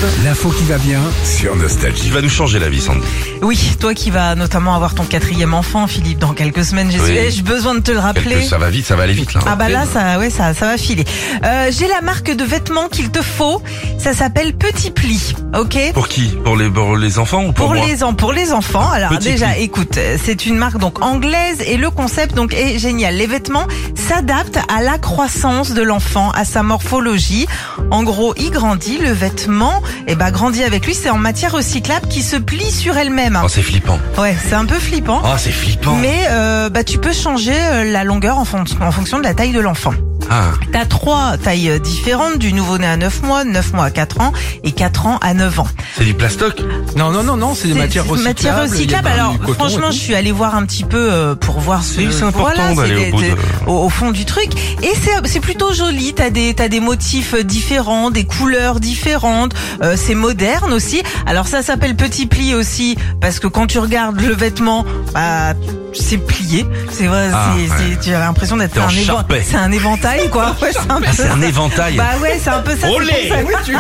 L'info qui va bien sur Nostalgie. Tu vas nous changer la vie, Sandy. Oui, toi qui vas notamment avoir ton 4e enfant, Philippe, dans quelques semaines. J'ai besoin de te le rappeler. Ça va vite, ça va aller vite là. Ah bah là, ça va filer. J'ai la marque de vêtements qu'il te faut. Ça s'appelle Petit Pli, ok? Pour qui? Pour les enfants ou pour moi? Pour les enfants. Alors Petit déjà, Pli. écoute, c'est une marque donc anglaise et le concept donc est génial. Les vêtements s'adaptent à la croissance de l'enfant, à sa morphologie. En gros, il grandit, le vêtement, grandit avec lui. C'est en matière recyclable qui se plie sur elle-même. Oh, c'est flippant. Ouais, c'est un peu flippant. Oh, c'est flippant. Mais tu peux changer la longueur en fonction de la taille de l'enfant. Ah. T'as 3 tailles différentes, du nouveau-né à 9 mois, 9 mois à 4 ans et 4 ans à 9 ans. C'est du plastoc? Non, c'est des matières recyclables. Matières recyclables. Alors, franchement, je suis allée voir un petit peu pour voir ce. Oui, c'est important d'aller au fond du truc. Et c'est plutôt joli. T'as des motifs différents, des couleurs différentes. C'est moderne aussi. Alors ça s'appelle Petit Pli aussi parce que quand tu regardes le vêtement, c'est plié. C'est vrai. Tu as l'impression d'être c'est un éventail, quoi. Ouais, c'est un éventail. Bah ouais, c'est un peu ça. Olé.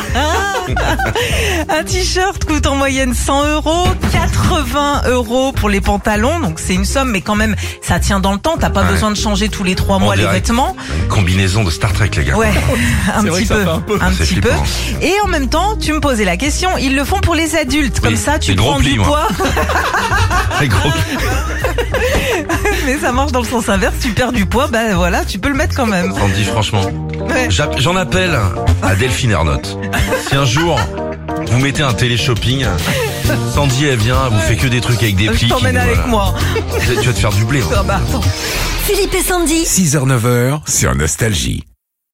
Un t-shirt coûte en moyenne 100 €, 80 € pour les pantalons, donc c'est une somme, mais quand même, ça tient dans le temps. T'as pas besoin de changer tous les 3 mois les vêtements. Une combinaison de Star Trek, les gars. Ouais, un petit peu. Et en même temps, tu me posais la question, ils le font pour les adultes, comme ça, tu prends du poids. C'est gros. Mais ça marche dans le sens inverse, tu perds du poids, voilà, tu peux le mettre quand même. Sandy, franchement, Ouais. j'en appelle à Delphine Ernotte. Si un jour vous mettez un télé-shopping, Sandy elle vient, elle vous fait que des trucs avec des plis. Je t'emmène avec moi. Tu vas te faire du blé. Attends. Philippe et Sandy. 6h-9h sur Nostalgie.